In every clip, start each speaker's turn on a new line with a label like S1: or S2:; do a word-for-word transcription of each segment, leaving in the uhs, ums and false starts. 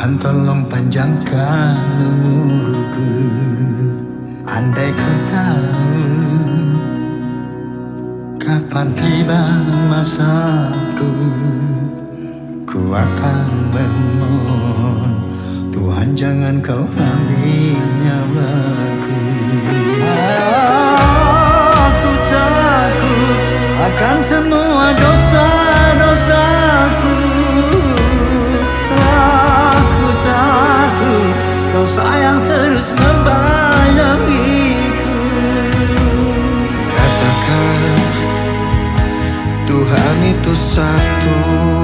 S1: Tuhan tolong panjangkan umurku. Andai ku tahu kapan tiba masaku, ku akan memohon Tuhan jangan kau ambil nyawaku. Aku takut akan semua dosa-dosaku. Aku takut dosa yang terus membayangiku.
S2: Katakan Tuhan itu satu,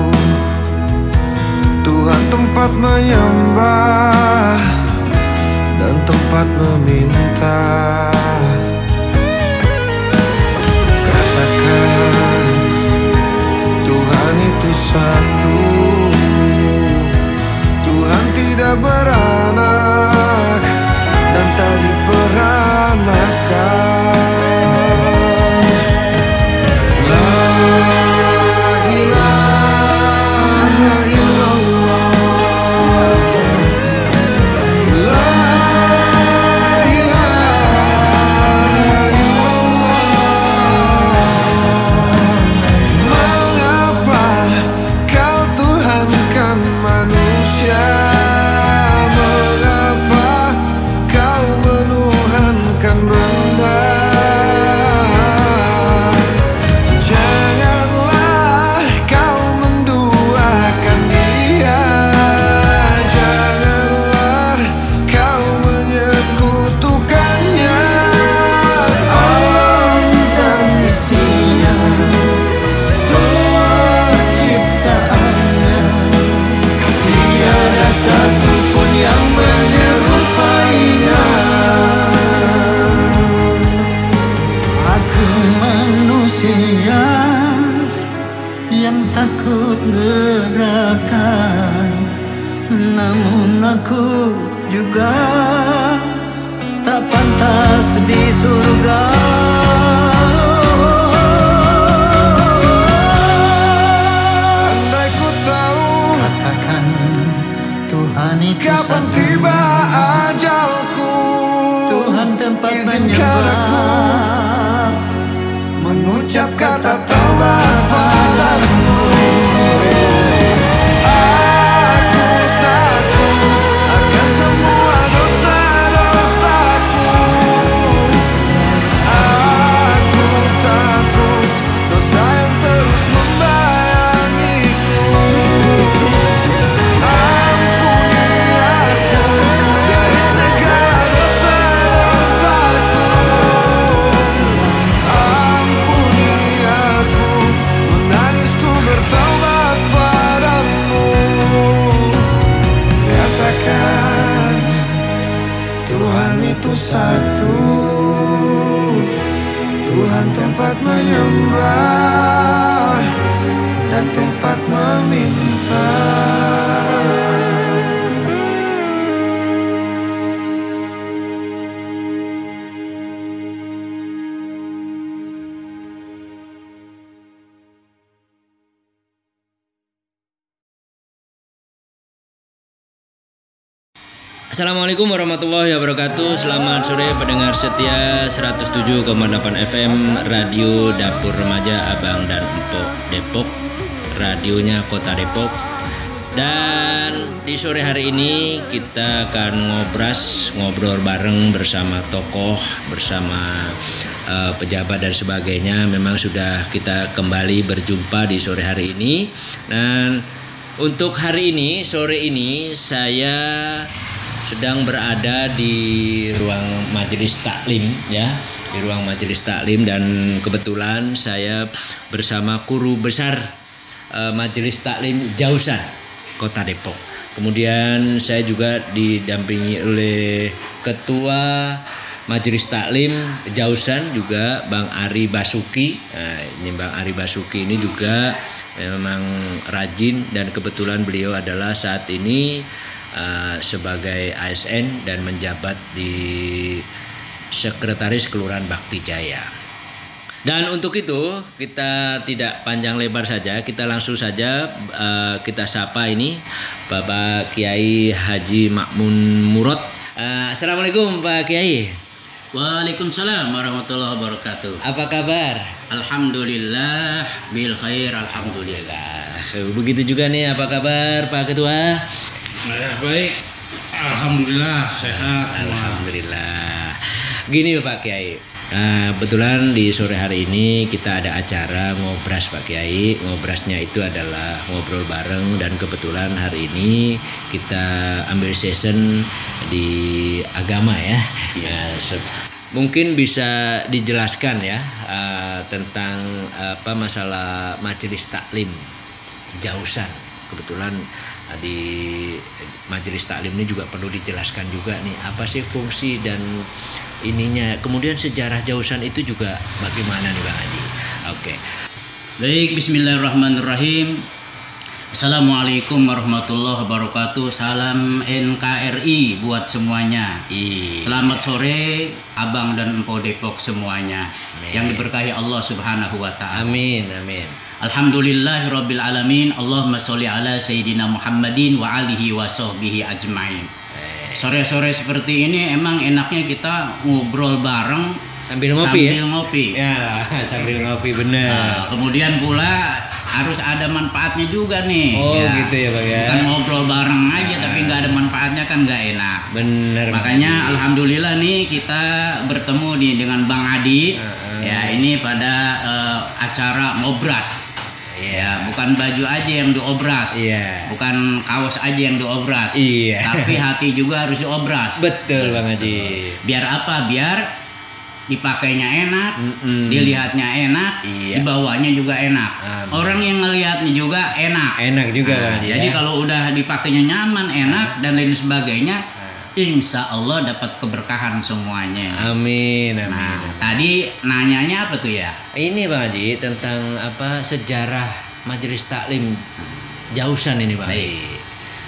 S2: Tuhan tempat menyembah dan tempat meminta. Katakan Tuhan itu satu, Tuhan tidak beranak dan tak diperanakan.
S1: Namun aku juga tak pantas di surga.
S2: Andai ku tahu,
S1: katakan Tuhan itu
S2: kapan
S1: satu,
S2: tiba ajalku,
S1: Tuhan tempat
S2: izinkan aku
S1: menyembah,
S2: mengucap kata taubat padamu. Satu, Tuhan tempat menyembah dan tempat meminta.
S3: Assalamualaikum warahmatullahi wabarakatuh. Selamat sore pendengar setia seratus tujuh koma delapan F M Radio Dapur Remaja Abang dan Empok Depok, radionya Kota Depok. Dan di sore hari ini kita akan ngobras ngobrol bareng bersama tokoh, bersama uh, pejabat dan sebagainya. Memang sudah kita kembali berjumpa di sore hari ini. Dan untuk hari ini, sore ini saya sedang berada di ruang majelis taklim, ya, di ruang majelis taklim, dan kebetulan saya bersama guru besar uh, majelis taklim Jausan Kota Depok. Kemudian saya juga didampingi oleh ketua majelis taklim Jausan juga Bang Ari Basuki. Nah, ini Bang Ari Basuki ini juga memang rajin, dan kebetulan beliau adalah saat ini Uh, sebagai A S N dan menjabat di Sekretaris Kelurahan Bakti Jaya. Dan untuk itu kita tidak panjang lebar saja, kita langsung saja uh, kita sapa ini Bapak Kiai Haji Makmun Murad. Uh, Assalamualaikum Pak Kiai.
S4: Waalaikumsalam warahmatullahi wabarakatuh.
S3: Apa kabar?
S4: Alhamdulillah bil khair, alhamdulillah.
S3: Begitu juga nih, apa kabar Pak Ketua?
S5: Baik, alhamdulillah sehat.
S3: Alhamdulillah. Gini Pak Kiai. Nah, kebetulan di sore hari ini kita ada acara ngobras Pak Kiai. Ngobrasnya itu adalah ngobrol bareng, dan kebetulan hari ini kita ambil season di agama ya. Ya, se- mungkin bisa dijelaskan ya uh, tentang uh, apa masalah majelis taklim Jausan. Kebetulan uh, di majelis taklim ini juga perlu dijelaskan juga nih apa sih fungsi dan ininya, kemudian sejarah Jausan itu juga bagaimana nih Bang Haji. Oke.
S4: Baik, bismillahirrahmanirrahim. Assalamualaikum warahmatullahi wabarakatuh. Salam N K R I buat semuanya.
S3: Iya.
S4: Selamat sore Abang dan Empo Depok semuanya.
S3: Amin.
S4: Yang diberkahi Allah Subhanahu wa taala.
S3: Amin, amin.
S4: Alhamdulillahirabbil alamin. Allahumma sholli ala sayyidina Muhammadin wa alihi wa sahbihi ajmain. Sore-sore seperti ini emang enaknya kita ngobrol bareng
S3: Sambil ngopi
S4: sambil
S3: ya?
S4: ngopi.
S3: Ya, sambil ngopi bener.
S4: Nah, kemudian pula harus ada manfaatnya juga nih.
S3: Oh, gitu ya, Bang ya.
S4: Bukan ngobrol bareng aja tapi nggak ada manfaatnya kan nggak enak.
S3: Bener.
S4: Makanya
S3: Bang.
S4: alhamdulillah nih kita bertemu nih dengan Bang Adi.
S3: Uh-uh.
S4: Ya, ini pada uh, acara ngobras. Ya, bukan baju aja yang diobras.
S3: Iya.
S4: Bukan kaos aja yang diobras.
S3: Iya.
S4: Tapi hati juga harus diobras.
S3: Betul Bang Haji.
S4: Biar apa? Biar dipakainya enak,
S3: Mm-mm.
S4: dilihatnya enak,
S3: Iya.
S4: dibawanya juga enak.
S3: Amin.
S4: Orang yang ngelihatnya juga enak.
S3: Enak juga
S4: Nah,
S3: Bang Haji.
S4: jadi
S3: ya?
S4: kalau udah dipakainya nyaman, enak dan lain sebagainya, insya Allah dapat keberkahan semuanya.
S3: Amin, amin.
S4: Nah,
S3: amin.
S4: tadi nanyanya apa tuh ya?
S3: Ini Bang Haji tentang apa sejarah majelis taklim Jausan ini Bang.
S4: Baik.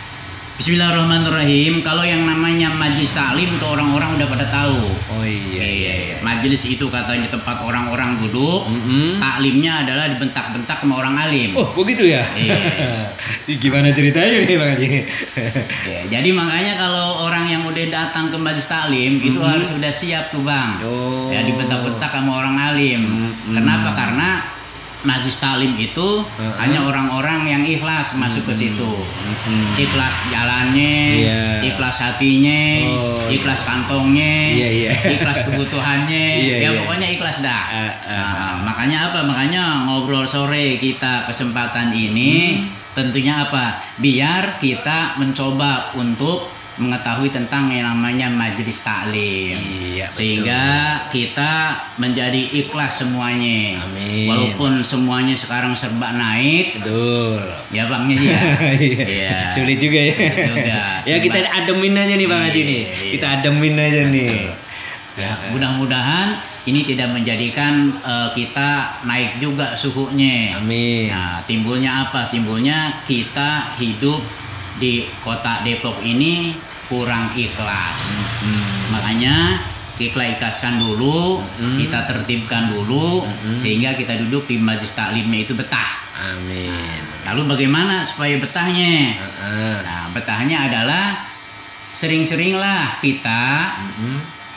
S4: Bismillahirrahmanirrahim. Kalau yang namanya majelis taklim itu orang-orang udah pada tahu.
S3: Oh iya. iya, iya.
S4: Majelis itu katanya tempat orang-orang duduk.
S3: Mm-mm.
S4: Taklimnya adalah dibentak-bentak sama orang alim.
S3: Oh begitu ya?
S4: Iya.
S3: Gimana ceritanya nih Bang Haji?
S4: Ya, jadi makanya kalau orang yang udah datang ke majelis taklim itu harus sudah siap tuh Bang.
S3: Oh.
S4: Ya dibentak-bentak sama orang alim.
S3: Mm-mm.
S4: Kenapa? Karena majelis taklim itu
S3: Uh-uh.
S4: hanya orang-orang yang ikhlas masuk ke situ.
S3: Mm-mm.
S4: Ikhlas jalannya,
S3: Iya.
S4: ikhlas hatinya,
S3: Oh,
S4: ikhlas kantongnya,
S3: Iya, iya.
S4: ikhlas kebutuhannya.
S3: Iya,
S4: ya
S3: iya.
S4: pokoknya ikhlas dah.
S3: Uh, uh,
S4: Nah, makanya apa? Makanya ngobrol sore kita kesempatan ini tentunya apa? Biar kita mencoba untuk mengetahui tentang yang namanya majelis taklim.
S3: Iya, betul.
S4: Sehingga kita menjadi ikhlas semuanya.
S3: Amin.
S4: Walaupun semuanya sekarang serba naik,
S3: Betul.
S4: ya Bang ya.
S3: Iya.
S4: Iya.
S3: Sulit juga ya.
S4: Sulit juga.
S3: Ya kita ademin aja nih Bang Haji nih.
S4: Iya.
S3: Kita ademin aja nih.
S4: Ya, mudah-mudahan ini tidak menjadikan uh, kita naik juga suhunya.
S3: Amin.
S4: Nah, timbulnya apa? Timbulnya kita hidup di kota Depok ini kurang ikhlas.
S3: Hmm.
S4: Makanya kita ikhlaskan dulu,
S3: Hmm.
S4: kita tertibkan dulu,
S3: Hmm.
S4: sehingga kita duduk di majelis taklimnya itu betah.
S3: Amin.
S4: Lalu bagaimana supaya betahnya?
S3: Heeh.
S4: Nah, betahnya adalah sering-seringlah kita
S3: Hmm.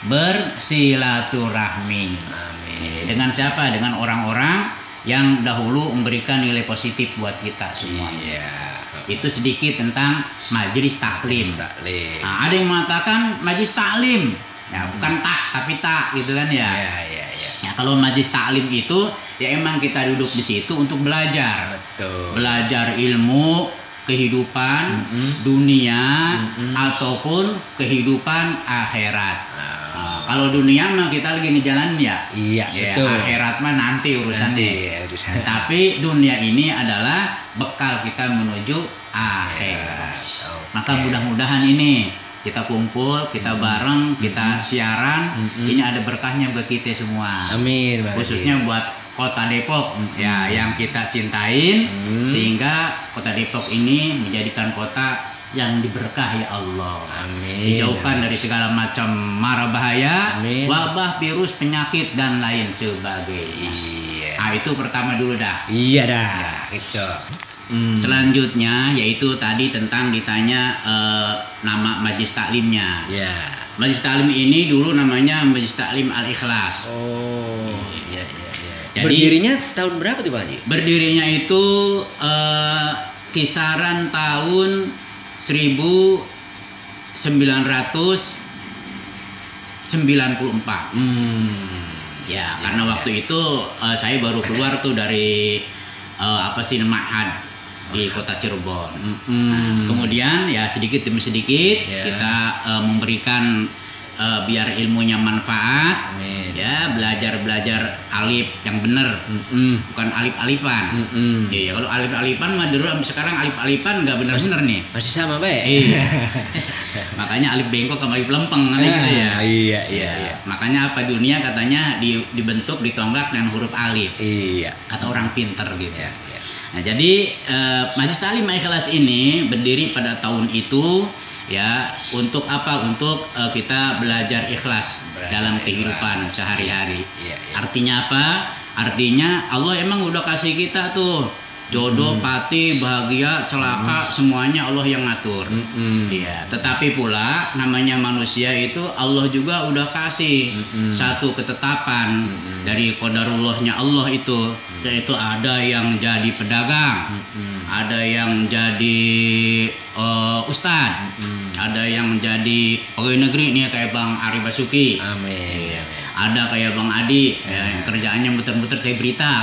S4: bersilaturahmi.
S3: Amin.
S4: Dengan siapa? Dengan orang-orang yang dahulu memberikan nilai positif buat kita semua.
S3: Iya.
S4: Itu sedikit tentang majelis taklim.
S3: Majelis taklim.
S4: Nah, ada yang mengatakan majelis taklim, ya bukan tak tapi tak gitu kan ya.
S3: Iya, iya, iya.
S4: Ya kalau majelis taklim itu ya emang kita duduk di situ untuk belajar.
S3: Betul.
S4: Belajar ilmu, kehidupan
S3: Mm-mm.
S4: dunia
S3: Mm-mm.
S4: ataupun kehidupan akhirat.
S3: Ah.
S4: Nah, kalau dunia mah kita lagi ngejalanin ya.
S3: Iya,
S4: Ya,
S3: betul.
S4: akhirat mah nanti urusannya.
S3: Nanti ya, urusan.
S4: Tapi dunia ini adalah bekal kita menuju akhirat.
S3: Oke.
S4: Maka mudah-mudahan ini kita kumpul, kita bareng, kita siaran.
S3: Mm-mm.
S4: Ini ada berkahnya buat kita semua.
S3: Amin, Bang Haji.
S4: Khususnya buat Kota Depok hmm. ya yang kita cintain hmm. sehingga Kota Depok ini menjadikan kota yang diberkahi Allah.
S3: Amin.
S4: Dijauhkan dari segala macam mara bahaya,
S3: Amin.
S4: wabah, virus, penyakit dan lain sebagainya.
S3: Iya.
S4: Nah, itu pertama dulu dah.
S3: Iya dah.
S4: Ya.
S3: Gitu. Hmm.
S4: Selanjutnya yaitu tadi tentang ditanya uh, nama Majelis Taklimnya.
S3: Ya.
S4: Majelis Taklim ini dulu namanya Majelis Taklim Al-Ikhlas.
S3: Oh. Iya iya iya.
S4: Jadi,
S3: berdirinya tahun berapa tuh Pak Haji?
S4: Berdirinya itu uh, kisaran tahun seribu sembilan ratus sembilan puluh empat.
S3: Hmm.
S4: Ya, karena ya, waktu ya. itu uh, saya baru keluar tuh dari uh, apa sih Ma'had di kota Cirebon.
S3: Mm-hmm.
S4: Nah, kemudian ya sedikit demi sedikit
S3: yeah.
S4: kita uh, memberikan uh, biar ilmunya manfaat.
S3: Amin.
S4: Ya, belajar-belajar alif yang benar.
S3: Mm-hmm.
S4: Bukan alif-alifan.
S3: Mm-hmm.
S4: Iya, kalau alif-alifan mah dulu sampai sekarang alif-alifan enggak benar-benar nih.
S3: Masih sama, Pak.
S4: Iya. Makanya alif bengkok sama alif lempeng kan gitu ya.
S3: Iya, iya, iya.
S4: Makanya apa dunia katanya di, dibentuk ditonggak dengan huruf alif.
S3: Iya.
S4: Kata orang pinter gitu.
S3: Iya, iya.
S4: Nah, jadi eh, Majelis Taklim Al-Ikhlas ini berdiri pada tahun itu ya untuk apa? Untuk uh, kita belajar ikhlas belajar dalam kehidupan ikhlas. Sehari-hari.
S3: Iya, iya.
S4: Artinya apa? Artinya Allah emang udah kasih kita tuh jodoh, hmm. pati, bahagia, celaka, hmm. semuanya Allah yang ngatur.
S3: Hmm.
S4: Iya. Tetapi pula namanya manusia itu Allah juga udah kasih hmm. satu ketetapan hmm. dari qadarullahnya Allah itu, hmm. yaitu ada yang jadi pedagang. Hmm. Ada yang jadi uh, ustadz, hmm. ada yang jadi pegawai negeri nih kayak Bang Ari Basuki.
S3: Amin.
S4: Ya. Ada kayak Bang Adi, ya, yang kerjaannya muter-muter saya berita.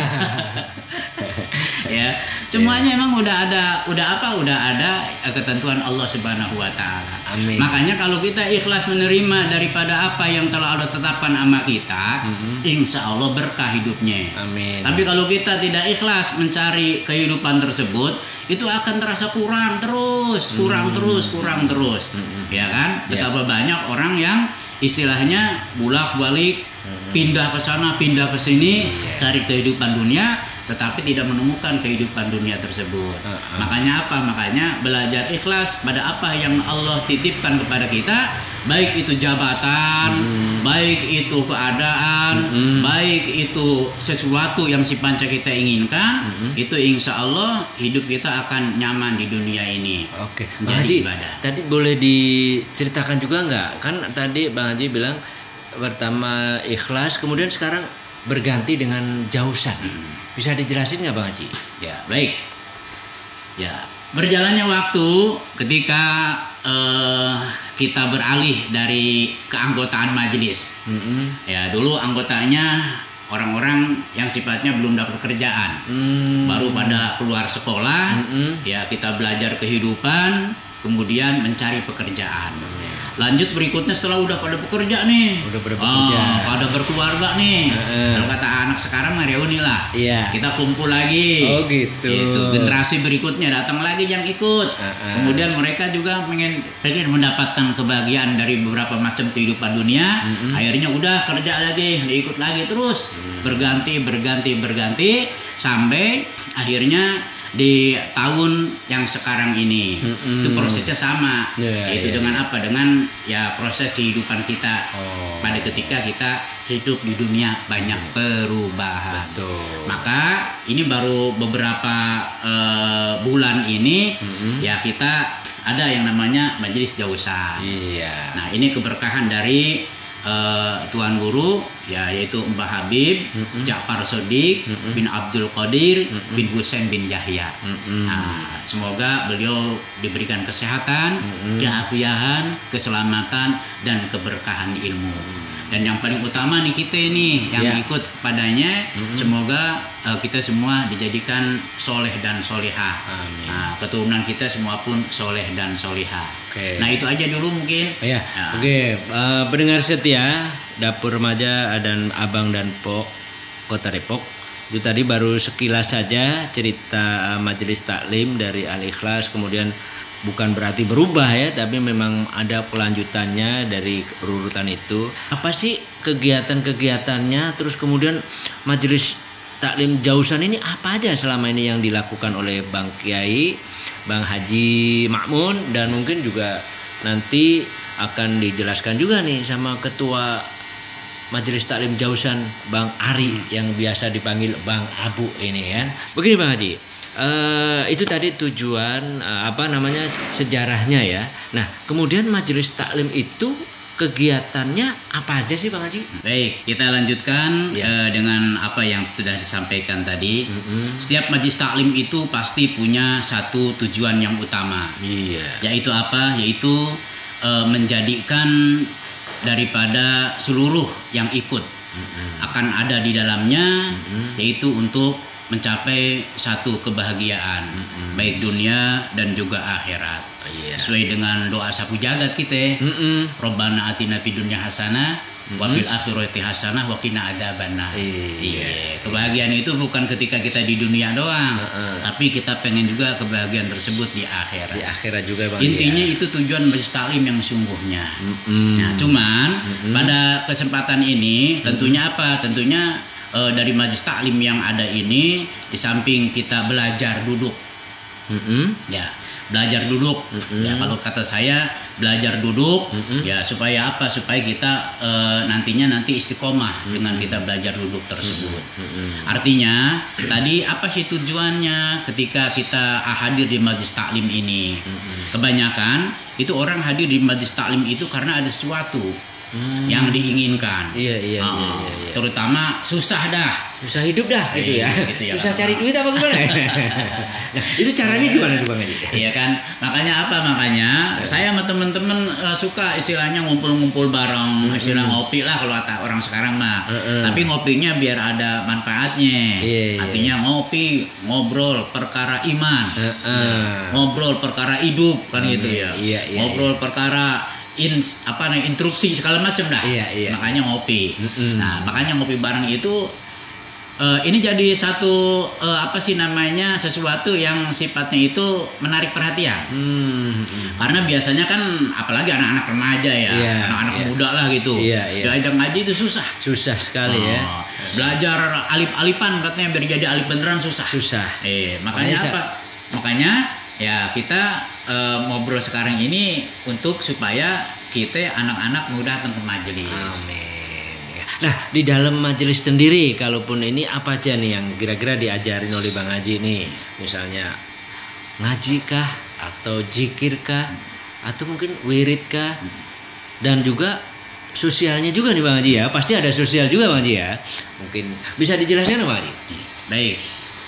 S4: Ya, semuanya yeah. emang udah ada, udah apa? Udah ada ketentuan Allah Subhanahu Wa Taala.
S3: Amin.
S4: Makanya kalau kita ikhlas menerima daripada apa yang telah ada tetapan sama kita, mm-hmm. insya Allah berkah hidupnya.
S3: Amin.
S4: Tapi kalau kita tidak ikhlas mencari kehidupan tersebut, itu akan terasa kurang terus, kurang mm-hmm. terus, kurang terus, mm-hmm. ya kan? Betapa yeah. banyak orang yang istilahnya bolak-balik mm-hmm. pindah ke sana, pindah ke sini, yeah. cari kehidupan dunia, tetapi tidak menemukan kehidupan dunia tersebut. Uh, uh. Makanya apa? Makanya belajar ikhlas pada apa yang Allah titipkan kepada kita, baik itu jabatan, hmm. baik itu keadaan, hmm. baik itu sesuatu yang si panca kita inginkan, hmm. itu insya Allah hidup kita akan nyaman di dunia ini.
S3: Oke, Bang Haji, ibadah. Tadi boleh diceritakan juga nggak? Kan tadi Bang Haji bilang pertama ikhlas, kemudian sekarang berganti dengan jausan. Hmm. Bisa dijelasin nggak Bang Haji?
S4: Ya, baik. Ya, berjalannya waktu ketika uh, kita beralih dari keanggotaan majelis. Mm-hmm. Ya, dulu anggotanya orang-orang yang sifatnya belum dapat kerjaan, mm-hmm. baru pada keluar sekolah. Mm-hmm. Ya, kita belajar kehidupan, kemudian mencari pekerjaan. Lanjut berikutnya setelah udah pada bekerja nih,
S3: udah pada bekerja,
S4: oh, pada berkeluarga nih. Uh-uh. Kalau kata anak sekarang reuni lah, yeah. kita kumpul lagi.
S3: Oh gitu.
S4: Itu generasi berikutnya datang lagi yang ikut. Uh-uh. Kemudian mereka juga pengen pengen mendapatkan kebahagiaan dari beberapa macam kehidupan dunia. Uh-uh. Akhirnya udah kerja lagi, ikut lagi terus uh-huh. berganti berganti berganti sampai akhirnya di tahun yang sekarang ini mm-hmm. itu prosesnya sama, yeah, yaitu yeah, dengan yeah. apa? Dengan ya proses kehidupan kita oh. pada ketika kita hidup di dunia banyak mm. perubahan. Betul. Maka ini baru beberapa uh, bulan ini mm-hmm. ya kita ada yang namanya majelis jausan.
S3: Yeah.
S4: Nah ini keberkahan dari Uh, Tuan Guru ya yaitu Mbah Habib mm-hmm. Ja'far Shodiq mm-hmm. bin Abdul Qadir mm-hmm. bin Husain bin Yahya. Mm-hmm. Nah, semoga beliau diberikan kesehatan, mm-hmm. keafiatan, keselamatan dan keberkahan ilmu. Dan yang paling utama nih kita ini yang yeah. ikut kepadanya, mm-hmm. semoga uh, kita semua dijadikan soleh dan solihah.
S3: Amin.
S4: Nah, keturunan kita semua pun soleh dan solihah.
S3: Okay.
S4: Nah itu aja dulu mungkin.
S3: Oh, ya. Nah. Oke, okay. uh, pendengar setia Dapur Remaja dan Abang dan Po Kota Depok. Itu tadi baru sekilas saja cerita uh, majelis taklim dari Al-Ikhlas, kemudian bukan berarti berubah ya, tapi memang ada kelanjutannya dari urutan itu. Apa sih kegiatan-kegiatannya? Terus kemudian majelis Taklim Jausan ini apa aja selama ini yang dilakukan oleh Bang Kiai, Bang Haji Makmun, dan mungkin juga nanti akan dijelaskan juga nih sama Ketua Majelis Taklim Jausan Bang Ari yang biasa dipanggil Bang Abu ini kan. Begini Bang Haji, uh, itu tadi tujuan uh, apa namanya sejarahnya ya. Nah kemudian Majelis Taklim itu kegiatannya apa aja sih Bang Haji?
S4: Baik, kita lanjutkan
S3: ya.
S4: uh, dengan apa yang sudah disampaikan tadi.
S3: Mm-hmm.
S4: Setiap majelis taklim itu pasti punya satu tujuan yang utama.
S3: Iya.
S4: Yaitu apa? Yaitu uh, menjadikan daripada seluruh yang ikut mm-hmm. akan ada di dalamnya, mm-hmm. yaitu untuk mencapai satu kebahagiaan, mm-hmm. baik dunia dan juga akhirat.
S3: Iya.
S4: Sesuai dengan doa sapu jagat kita.
S3: Mm-mm.
S4: Robbana atina fid dunya hasanah wa fil akhirati hasanah wa qina adzabannar.
S3: Iya.
S4: Kebahagiaan itu bukan ketika kita di dunia doang,
S3: uh-uh.
S4: tapi kita pengen juga kebahagiaan tersebut di akhirat.
S3: Di akhirat juga Bang.
S4: Intinya
S3: ya.
S4: itu tujuan majelis taklim yang sesungguhnya.
S3: Mm-mm.
S4: Nah, cuman
S3: Mm-mm.
S4: pada kesempatan ini tentunya apa? Tentunya e, dari majelis taklim yang ada ini di samping kita belajar duduk.
S3: Mm-mm.
S4: Ya. Belajar duduk,
S3: Mm-hmm.
S4: ya kalau kata saya belajar duduk,
S3: Mm-hmm.
S4: ya supaya apa? Supaya kita e, nantinya nanti istiqomah mm-hmm. dengan kita belajar duduk tersebut.
S3: Mm-hmm.
S4: Artinya tadi apa sih tujuannya ketika kita hadir di majelis taklim ini? Mm-hmm. Kebanyakan itu orang hadir di majelis taklim itu karena ada sesuatu mm. yang diinginkan.
S3: Iya iya,
S4: uh,
S3: iya iya iya.
S4: Terutama susah dah.
S3: Susah hidup dah gitu ya.
S4: Gitu ya,
S3: Susah
S4: Bang.
S3: cari duit apa gimana? Nah, itu caranya gimana tuh Bang Haji?
S4: Iya kan, makanya apa makanya saya sama temen-temen uh, suka istilahnya ngumpul-ngumpul bareng, mm-hmm. istilah ngopi lah kalau kata orang sekarang mah. Mm-hmm. Tapi ngopinya biar ada manfaatnya.
S3: Yeah,
S4: Artinya
S3: yeah.
S4: ngopi, ngobrol perkara iman,
S3: Uh-uh.
S4: ngobrol perkara hidup kan
S3: Mm,
S4: gitu ya.
S3: iya, iya,
S4: ngobrol perkara in apa nih instruksi segala macam dah.
S3: Iya, iya.
S4: Makanya ngopi.
S3: Mm-hmm.
S4: Nah makanya ngopi bareng itu. Uh, ini jadi satu uh, apa sih namanya sesuatu yang sifatnya itu menarik perhatian.
S3: Hmm.
S4: Karena biasanya kan apalagi anak-anak remaja ya,
S3: Iya,
S4: anak-anak
S3: iya.
S4: muda lah gitu.
S3: Iya, iya.
S4: Diajak ngaji itu susah.
S3: Susah sekali ya.
S4: Oh, belajar alif-alifan katanya biar jadi alif beneran susah.
S3: Susah.
S4: Eh, makanya,
S3: Makanya sa-
S4: apa? Makanya ya kita uh, ngobrol sekarang ini untuk supaya kita anak-anak muda datang ke majelis.
S3: Amin. Nah di dalam majelis sendiri, kalaupun ini apa aja nih yang kira-kira diajarin oleh Bang Haji nih, misalnya ngaji kah, atau zikir kah, atau mungkin wirid kah, dan juga sosialnya juga nih Bang Haji ya, pasti ada sosial juga Bang Haji ya, mungkin bisa dijelaskan Bang Haji?
S4: Baik.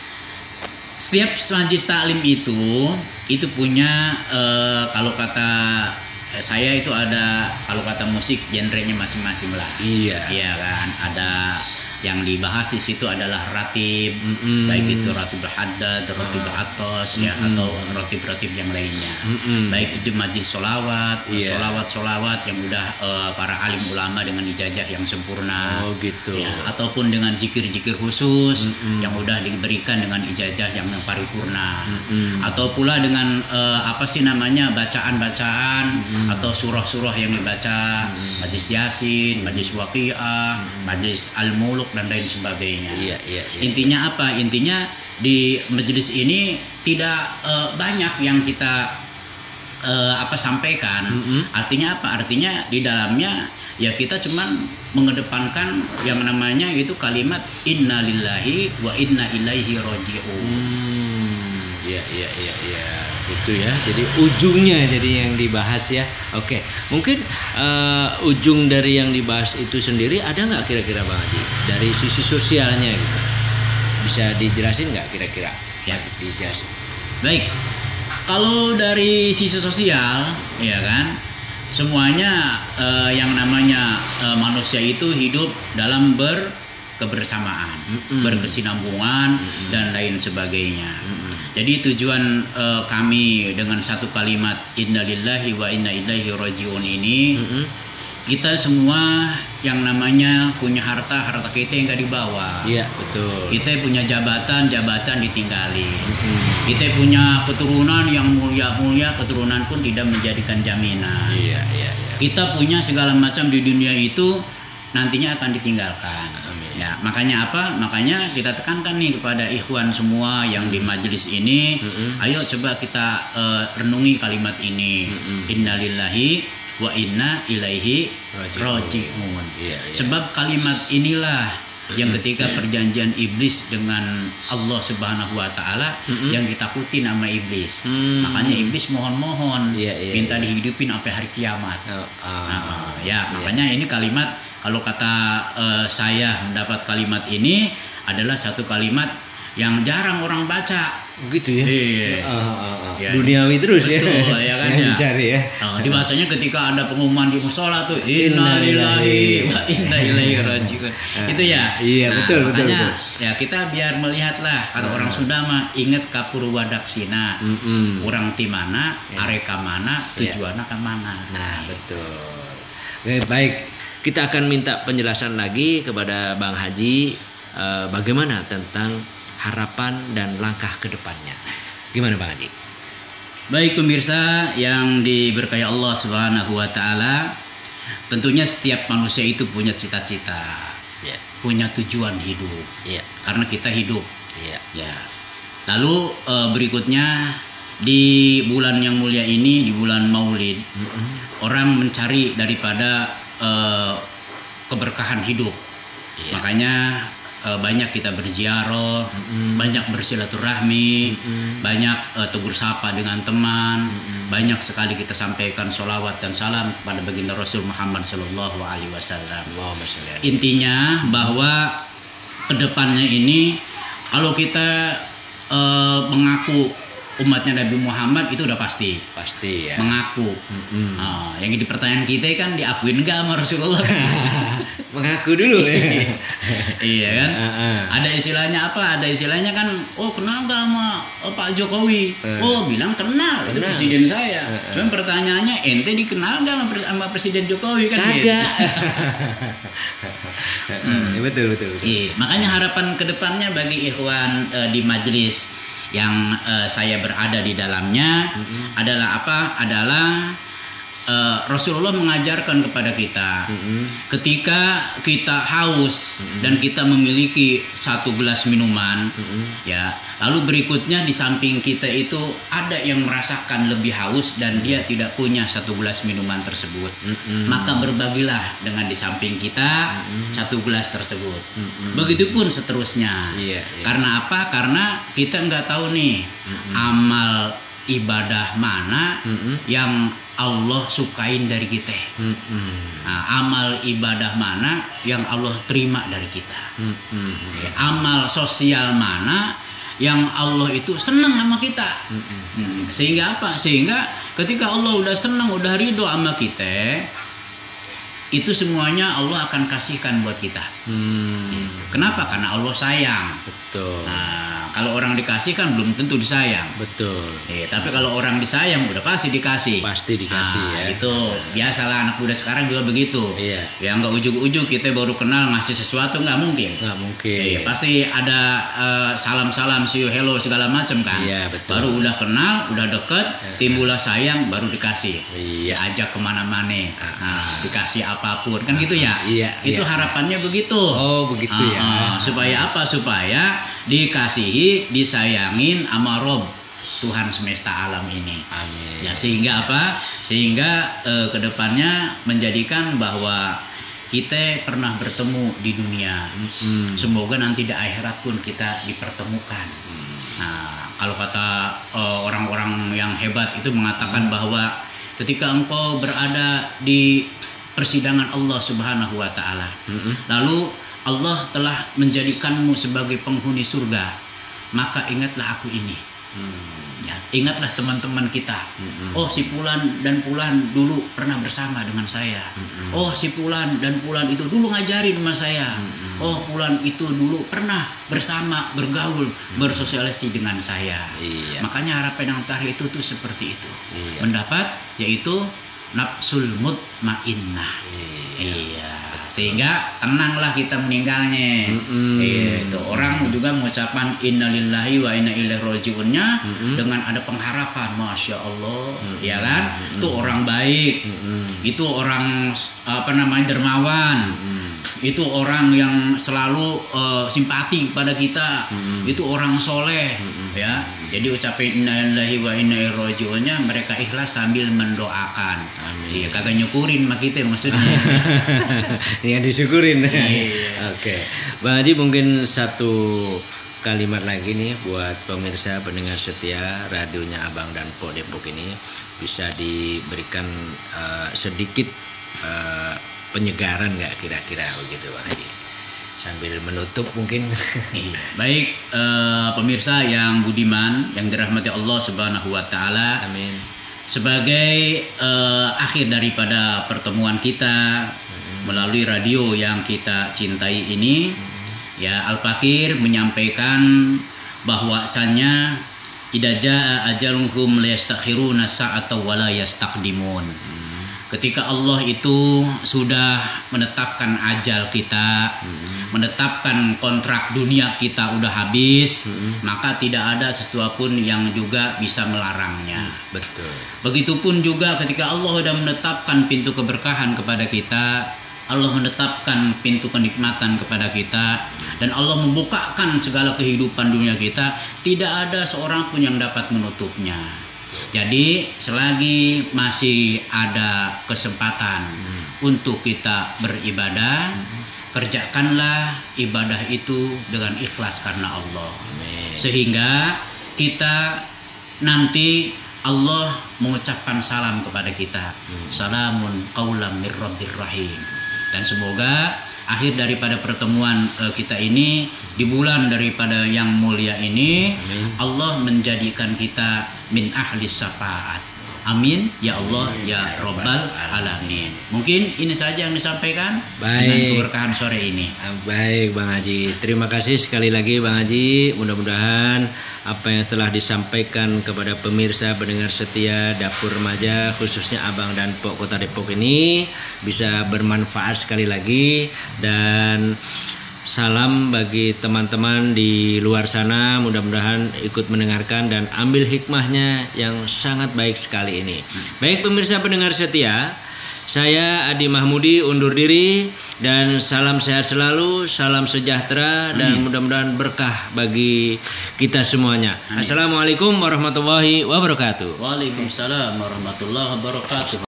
S4: Setiap majelis taklim itu itu punya uh, kalau kata saya itu ada kalau kata musik genrenya masing-masing lah.
S3: Iya.
S4: Iya kan, ada yang dibahas di situ adalah ratib,
S3: Mm-mm.
S4: baik itu ratib haddad, ratib atos ya
S3: Mm-mm.
S4: atau ratib-ratib yang lainnya.
S3: Mm-mm.
S4: Baik itu majlis solawat,
S3: Iya.
S4: solawat-solawat yang udah uh, para alim ulama dengan ijazah yang sempurna.
S3: Oh gitu.
S4: Ya, ataupun dengan zikir-zikir khusus
S3: Mm-mm.
S4: yang udah diberikan dengan ijazah yang paripurna.
S3: Mm-mm.
S4: Atau pula dengan uh, apa sih namanya bacaan-bacaan mm-hmm. atau surah-surah yang dibaca, mm-hmm. majlis yasin, majlis waqiah, mm-hmm. majlis al-muluk dan lain sebagainya.
S3: Iya, iya, iya.
S4: Intinya apa? Intinya di majelis ini tidak uh, banyak yang kita uh, apa sampaikan.
S3: Mm-hmm.
S4: Artinya apa? Artinya di dalamnya ya kita cuman mengedepankan yang namanya itu kalimat inna lillahi wa inna ilaihi raji'un.
S3: Hmm, iya iya iya iya itu ya. Jadi ujungnya jadi yang dibahas ya. Oke, mungkin uh, ujung dari yang dibahas itu sendiri ada nggak kira-kira Bang Haji dari sisi sosialnya gitu? Bisa dijelasin nggak kira-kira?
S4: Ya,
S3: dijelasin.
S4: Baik. Kalau dari sisi sosial, ya kan, semuanya uh, yang namanya uh, manusia itu hidup dalam berkebersamaan,
S3: Mm-mm.
S4: berkesinambungan
S3: Mm-mm.
S4: dan lain sebagainya.
S3: Mm-mm.
S4: Jadi tujuan uh, kami dengan satu kalimat inna lillahi wa inna ilaihi raji'un ini,
S3: Mm-mm.
S4: kita semua yang namanya punya harta, harta kita yang gak dibawa.
S3: Iya betul.
S4: Kita punya jabatan, jabatan ditinggali.
S3: Mm-mm.
S4: Kita punya keturunan yang mulia-mulia, keturunan pun tidak menjadikan jaminan.
S3: Iya iya iya.
S4: Kita punya segala macam di dunia itu nantinya akan ditinggalkan.
S3: Amin.
S4: Ya, makanya apa? Makanya kita tekankan nih kepada ikhwan semua yang di majelis ini, mm-hmm. ayo coba kita uh, renungi kalimat ini. Mm-hmm. Innalillahi wa inna ilaihi raji'un. Yeah, yeah. Sebab kalimat inilah yang ketika perjanjian iblis dengan Allah Subhanahu wa taala, mm-hmm. yang ditakuti nama iblis. Mm-hmm. Makanya iblis mohon-mohon yeah, yeah, minta yeah. dihidupin sampai hari kiamat. Oh, uh, nah, ya, yeah. makanya ini kalimat, kalau kata uh, saya mendapat kalimat ini adalah satu kalimat yang jarang orang baca.
S3: Gitu ya.
S4: Iya.
S3: Uh, uh, uh. Ya, duniawi terus betul,
S4: ya. ya kan
S3: yang
S4: ya.
S3: Dicari ya.
S4: Nah, dibacanya ketika ada pengumuman di musola tuh innalillahi wa inna ilaihi raji'un. Itu ya.
S3: Iya, nah, betul betul
S4: makanya,
S3: betul.
S4: Ya kita biar melihatlah kata uh. orang Sunda mah inget kapur wadaksina.
S3: Mm-mm.
S4: Urang ti mana,
S3: ya.
S4: areka mana, tujuanna ka mana.
S3: Nah, betul. Oke, baik. Kita akan minta penjelasan lagi kepada Bang Haji uh, bagaimana tentang harapan dan langkah ke depannya. Gimana Bang Haji?
S4: Baik pemirsa yang diberkahi Allah Subhanahu wa taala, tentunya setiap manusia itu punya cita-cita,
S3: ya.
S4: punya tujuan hidup.
S3: Ya.
S4: Karena kita hidup.
S3: Ya.
S4: Ya. Lalu uh, berikutnya di bulan yang mulia ini, di bulan Maulid, mm-hmm. orang mencari daripada uh, keberkahan hidup. Ya. Makanya Uh, banyak kita berziarah, mm-hmm. banyak bersilaturahmi, mm-hmm. banyak uh, tegur sapa dengan teman, mm-hmm. banyak sekali kita sampaikan sholawat dan salam kepada baginda Rasul Muhammad Sallallahu Alaihi Wasallam. Intinya bahwa kedepannya ini kalau kita uh, mengaku umatnya Nabi Muhammad itu udah pasti,
S3: pasti ya.
S4: Mengaku. Mm-hmm. Nah, yang jadi pertanyaan kita kan diakuin nggak sama Rasulullah?
S3: Mengaku dulu ya.
S4: Iya kan?
S3: Uh-uh.
S4: Ada istilahnya apa? Ada istilahnya kan, oh kenal gak sama oh, Pak Jokowi? Uh. Oh bilang kenal, itu presiden saya. Uh-uh. Cuma pertanyaannya, ente dikenal gak sama, sama Presiden Jokowi kan?
S3: Kagak.
S4: Gitu.
S3: hmm. Betul betul. betul.
S4: Iya, makanya harapan kedepannya bagi ikhwan uh, di majelis yang uh, saya berada di dalamnya mm-hmm. adalah apa? Adalah uh, Rasulullah mengajarkan kepada kita mm-hmm. ketika kita haus mm-hmm. dan kita memiliki satu gelas minuman, mm-hmm. ya, lalu berikutnya di samping kita itu ada yang merasakan lebih haus dan dia tidak punya satu gelas minuman tersebut, mm-hmm. maka berbagilah dengan di samping kita mm-hmm. satu gelas tersebut. Mm-hmm. Begitupun seterusnya. Yeah, yeah. Karena apa? Karena kita nggak tahu nih mm-hmm. amal ibadah mana mm-hmm. yang Allah sukain dari kita. Mm-hmm. Nah, amal ibadah mana yang Allah terima dari kita. Mm-hmm. Ya, amal sosial mana yang Allah itu senang sama kita. Mm-hmm. Sehingga apa? Sehingga ketika Allah udah senang, udah ridho sama kita, itu semuanya Allah akan kasihkan buat kita. Mm. Kenapa? Karena Allah sayang.
S3: Betul.
S4: Nah, kalau orang dikasih kan belum tentu disayang.
S3: Betul.
S4: Eh, tapi kalau orang disayang udah pasti dikasih.
S3: Pasti dikasih
S4: nah,
S3: ya.
S4: Itu biasalah anak muda sekarang juga begitu.
S3: Iya.
S4: Ya nggak ujuk-ujuk kita baru kenal ngasih sesuatu nggak mungkin.
S3: Nggak mungkin.
S4: Eh, pasti ada uh, salam-salam, see you, hello segala macam kan.
S3: Iya betul.
S4: Baru udah kenal, udah deket, ya, timbullah sayang, baru dikasih.
S3: Iya.
S4: Diajak kemana-mana, nah, dikasih apapun kan gitu ya.
S3: Iya.
S4: Itu
S3: iya.
S4: harapannya begitu.
S3: Oh begitu
S4: uh,
S3: ya.
S4: Uh, supaya apa? Supaya dikasihi, disayangin sama Rob Tuhan semesta alam ini.
S3: Amin.
S4: Ya sehingga apa? Sehingga eh, kedepannya menjadikan bahwa kita pernah bertemu di dunia. Mm-hmm. Semoga nanti di akhirat pun kita dipertemukan. Mm. Nah, kalau kata eh, orang-orang yang hebat itu mengatakan mm. bahwa ketika engkau berada di persidangan Allah Subhanahu wa taala, mm-hmm. lalu Allah telah menjadikanmu sebagai penghuni surga, maka ingatlah aku ini. Hmm. Ya, ingatlah teman-teman kita. Hmm. Oh si Fulan dan Fulan dulu pernah bersama dengan saya. Hmm. Oh si Fulan dan Fulan itu dulu ngajarin sama saya. Hmm. Oh Fulan itu dulu pernah bersama, bergaul, hmm. bersosialisasi dengan saya. Iya. Makanya harapan yang terakhir itu tuh seperti itu. Iya. Mendapat yaitu nafsul mutmainnah. Iya. Iya. Sehingga tenanglah kita meninggalnya. Mm-hmm. Itu orang juga mengucapkan innalillahi wa inna ilaihi raji'unnya mm-hmm. dengan ada pengharapan, masya Allah, mm-hmm. ya kan? Mm-hmm. Itu orang baik, mm-hmm. itu orang apa namanya dermawan, mm-hmm. itu orang yang selalu uh, simpati kepada kita, hmm. itu orang soleh, hmm. ya. Jadi ucapin inna lillahi wa inna ilaihi raji'unnya mereka ikhlas sambil mendoakan. Iya, kagak nyukurin mak kita maksudnya.
S3: Yang disyukurin.
S4: Iya.
S3: Oke, Bang Haji mungkin satu kalimat lagi nih buat pemirsa pendengar setia radionya Abang dan Po Depok ini, bisa diberikan uh, sedikit uh, penyegaran nggak kira-kira begitu Bang Haji sambil menutup mungkin.
S4: Baik uh, pemirsa yang budiman yang dirahmati Allah Subhanahu wa taala.
S3: Amin.
S4: Sebagai uh, akhir daripada pertemuan kita hmm. melalui radio yang kita cintai ini, hmm. ya Al-Fakir menyampaikan bahwasannya idza jaa ajaluhum la yastakhiruna sa'atan wa la yastaqdimun. Hmm. Ketika Allah itu sudah menetapkan ajal kita, hmm. menetapkan kontrak dunia kita udah habis, hmm. maka tidak ada sesuatu pun yang juga bisa melarangnya.
S3: Betul.
S4: Begitupun juga ketika Allah sudah menetapkan pintu keberkahan kepada kita, Allah menetapkan pintu kenikmatan kepada kita, dan Allah membukakan segala kehidupan dunia kita, tidak ada seorang pun yang dapat menutupnya. Jadi selagi masih ada kesempatan hmm. untuk kita beribadah, hmm. kerjakanlah ibadah itu dengan ikhlas karena Allah. Amin. Sehingga kita nanti Allah mengucapkan salam kepada kita. Hmm. Salamun qaulam mir rabbir rahim. Dan semoga akhir daripada pertemuan uh, kita ini di bulan daripada yang mulia ini, amin. Allah menjadikan kita min ahli syafaat. Amin ya Allah ya Rabbal alamin. Mungkin ini saja yang disampaikan
S3: baik.
S4: Dengan keberkahan sore ini.
S3: Baik Bang Haji, terima kasih sekali lagi Bang Haji. Mudah-mudahan apa yang telah disampaikan kepada pemirsa pendengar setia Dapur Remaja khususnya Abang dan Pok Kota Depok ini bisa bermanfaat sekali lagi, dan salam bagi teman-teman di luar sana, mudah-mudahan ikut mendengarkan dan ambil hikmahnya yang sangat baik sekali ini. Baik pemirsa pendengar setia, saya Adi Mahmudi undur diri, dan salam sehat selalu, salam sejahtera, dan amin. Mudah-mudahan berkah bagi kita semuanya. Amin. Assalamualaikum warahmatullahi wabarakatuh.
S4: Waalaikumsalam warahmatullahi wabarakatuh.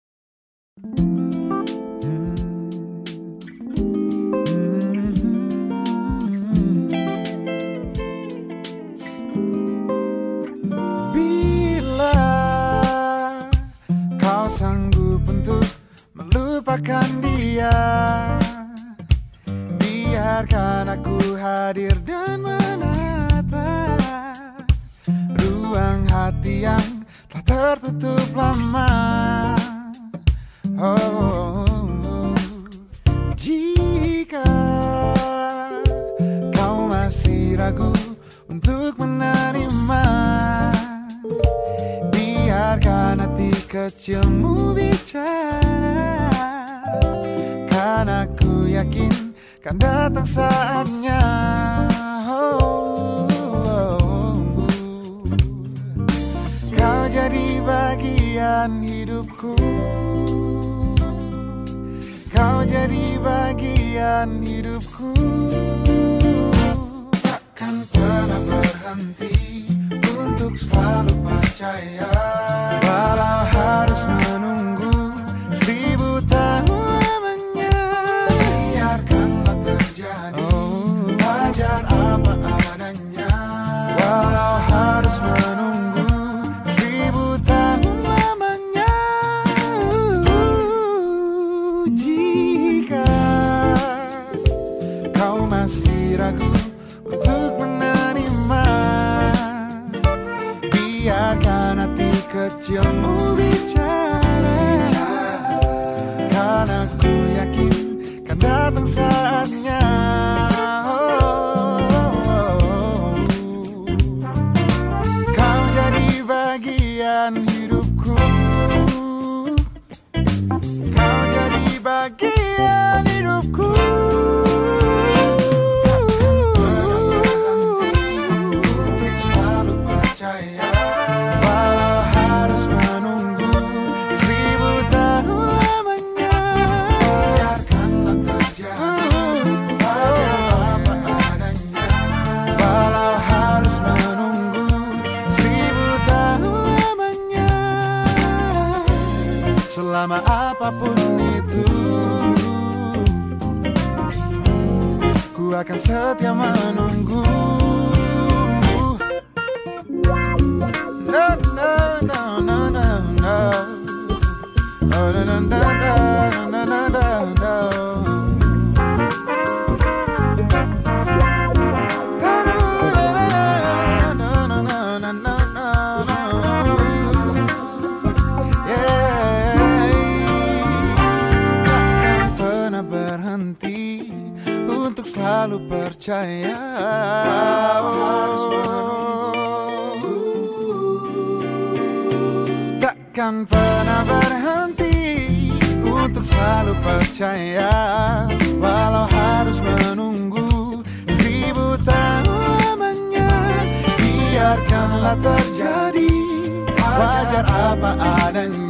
S2: Lupakan dia, biarkan aku hadir dan menatap ruang hati yang telah tertutup lama. Oh, jika kau masih ragu untuk menerima, biarkan hati kecilmu bicara. Karena aku yakin kan datang saatnya. Oh, oh, oh. Kau jadi bagian hidupku, kau jadi bagian hidupku. Takkan pernah berhenti untuk selalu percaya, walau harus menunggu seribu tahun. Kecilmu selama apapun itu. Ku akan setia menunggu. No, no, no, no, no, no. Oh, no, no, no, no, no, no, no, no. Selalu percaya harus menunggu. Takkan pernah berhenti untuk selalu percaya, walau harus menunggu seribu tahun lamanya. Biarkanlah terjadi, wajar apa adanya.